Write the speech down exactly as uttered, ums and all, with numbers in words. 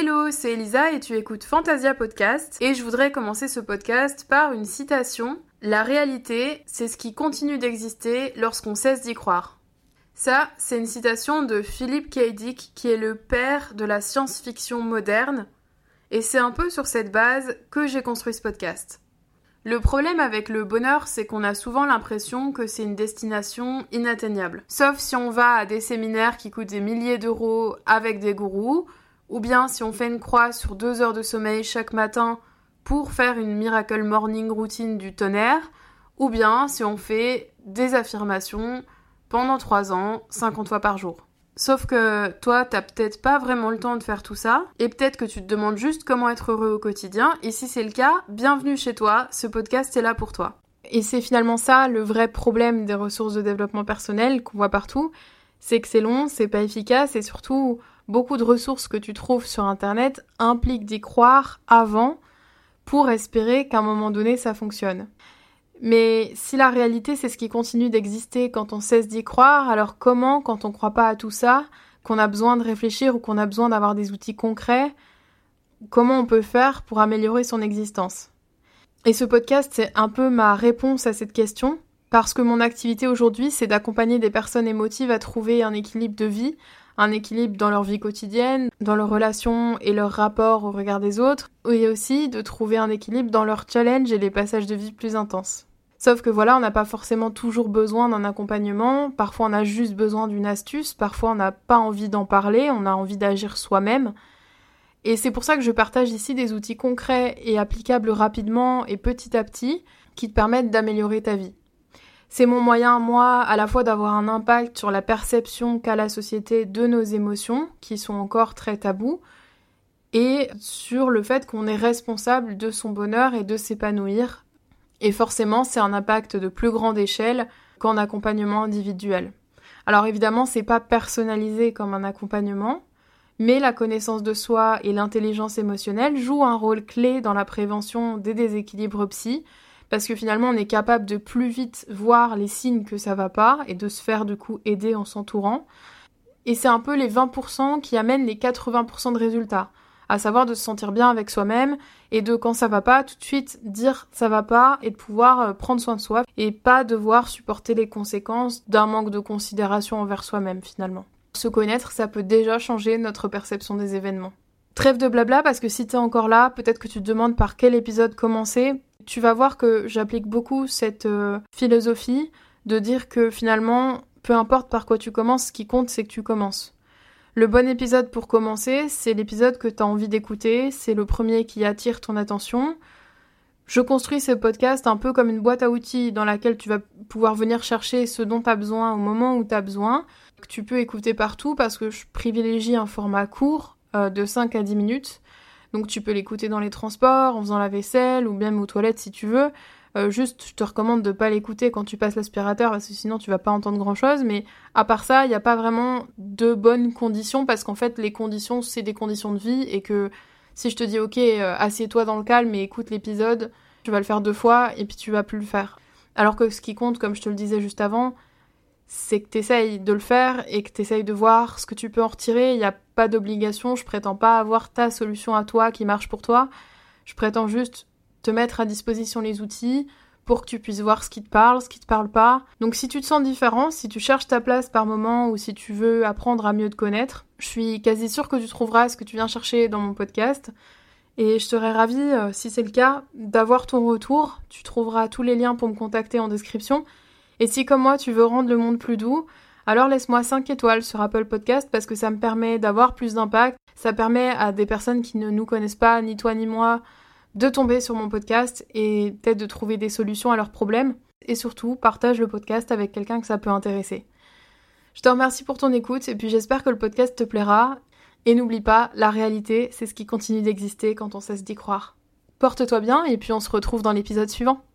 Hello, c'est Elisa et tu écoutes Fantasia Podcast et je voudrais commencer ce podcast par une citation. La réalité, c'est ce qui continue d'exister lorsqu'on cesse d'y croire. Ça, c'est une citation de Philip K. Dick qui est le père de la science-fiction moderne et c'est un peu sur cette base que j'ai construit ce podcast. Le problème avec le bonheur, c'est qu'on a souvent l'impression que c'est une destination inatteignable. Sauf si on va à des séminaires qui coûtent des milliers d'euros avec des gourous, ou bien si on fait une croix sur deux heures de sommeil chaque matin pour faire une miracle morning routine du tonnerre, ou bien si on fait des affirmations pendant trois ans, cinquante fois par jour. Sauf que toi, t'as peut-être pas vraiment le temps de faire tout ça, et peut-être que tu te demandes juste comment être heureux au quotidien, et si c'est le cas, bienvenue chez toi, ce podcast est là pour toi. Et c'est finalement ça le vrai problème des ressources de développement personnel qu'on voit partout, c'est que c'est long, c'est pas efficace, et surtout, beaucoup de ressources que tu trouves sur internet impliquent d'y croire avant pour espérer qu'à un moment donné ça fonctionne. Mais si la réalité, c'est ce qui continue d'exister quand on cesse d'y croire, alors comment, quand on croit pas à tout ça, qu'on a besoin de réfléchir ou qu'on a besoin d'avoir des outils concrets, comment on peut faire pour améliorer son existence ? Et ce podcast, c'est un peu ma réponse à cette question, parce que mon activité aujourd'hui, c'est d'accompagner des personnes émotives à trouver un équilibre de vie, un équilibre dans leur vie quotidienne, dans leurs relations et leur rapport au regard des autres, et aussi de trouver un équilibre dans leurs challenges et les passages de vie plus intenses. Sauf que voilà, on n'a pas forcément toujours besoin d'un accompagnement, parfois on a juste besoin d'une astuce, parfois on n'a pas envie d'en parler, on a envie d'agir soi-même. Et c'est pour ça que je partage ici des outils concrets et applicables rapidement et petit à petit, qui te permettent d'améliorer ta vie. C'est mon moyen, moi, à la fois d'avoir un impact sur la perception qu'a la société de nos émotions, qui sont encore très tabous, et sur le fait qu'on est responsable de son bonheur et de s'épanouir. Et forcément, c'est un impact de plus grande échelle qu'en accompagnement individuel. Alors évidemment, c'est pas personnalisé comme un accompagnement, mais la connaissance de soi et l'intelligence émotionnelle jouent un rôle clé dans la prévention des déséquilibres psy, parce que finalement, on est capable de plus vite voir les signes que ça va pas et de se faire du coup aider en s'entourant. Et c'est un peu les vingt pour cent qui amènent les quatre-vingts pour cent de résultats, à savoir de se sentir bien avec soi-même et de, quand ça va pas, tout de suite dire ça va pas et de pouvoir prendre soin de soi et pas devoir supporter les conséquences d'un manque de considération envers soi-même finalement. Se connaître, ça peut déjà changer notre perception des événements. Trêve de blabla, parce que si t'es encore là, peut-être que tu te demandes par quel épisode commencer. Tu vas voir que j'applique beaucoup cette euh, philosophie de dire que finalement, peu importe par quoi tu commences, ce qui compte, c'est que tu commences. Le bon épisode pour commencer, c'est l'épisode que tu as envie d'écouter, c'est le premier qui attire ton attention. Je construis ce podcast un peu comme une boîte à outils dans laquelle tu vas pouvoir venir chercher ce dont tu as besoin au moment où tu as besoin, que tu peux écouter partout parce que je privilégie un format court euh, de cinq à dix minutes. Donc tu peux l'écouter dans les transports, en faisant la vaisselle ou bien aux toilettes si tu veux. Euh, juste, je te recommande de pas l'écouter quand tu passes l'aspirateur parce que sinon tu vas pas entendre grand chose, mais à part ça, il n'y a pas vraiment de bonnes conditions parce qu'en fait les conditions c'est des conditions de vie et que si je te dis ok, euh, assieds-toi dans le calme et écoute l'épisode, tu vas le faire deux fois et puis tu vas plus le faire. Alors que ce qui compte, comme je te le disais juste avant, c'est que t'essayes de le faire et que t'essayes de voir ce que tu peux en retirer. Il n'y a pas d'obligation, je prétends pas avoir ta solution à toi qui marche pour toi, je prétends juste te mettre à disposition les outils pour que tu puisses voir ce qui te parle, ce qui te parle pas. Donc si tu te sens différent, si tu cherches ta place par moment ou si tu veux apprendre à mieux te connaître, je suis quasi sûre que tu trouveras ce que tu viens chercher dans mon podcast. Et je serais ravie, euh, si c'est le cas, d'avoir ton retour. Tu trouveras tous les liens pour me contacter en description. Et si comme moi tu veux rendre le monde plus doux, alors laisse-moi cinq étoiles sur Apple Podcast parce que ça me permet d'avoir plus d'impact. Ça permet à des personnes qui ne nous connaissent pas, ni toi ni moi, de tomber sur mon podcast et peut-être de trouver des solutions à leurs problèmes. Et surtout, partage le podcast avec quelqu'un que ça peut intéresser. Je te remercie pour ton écoute et puis j'espère que le podcast te plaira. Et n'oublie pas, la réalité, c'est ce qui continue d'exister quand on cesse d'y croire. Porte-toi bien et puis on se retrouve dans l'épisode suivant.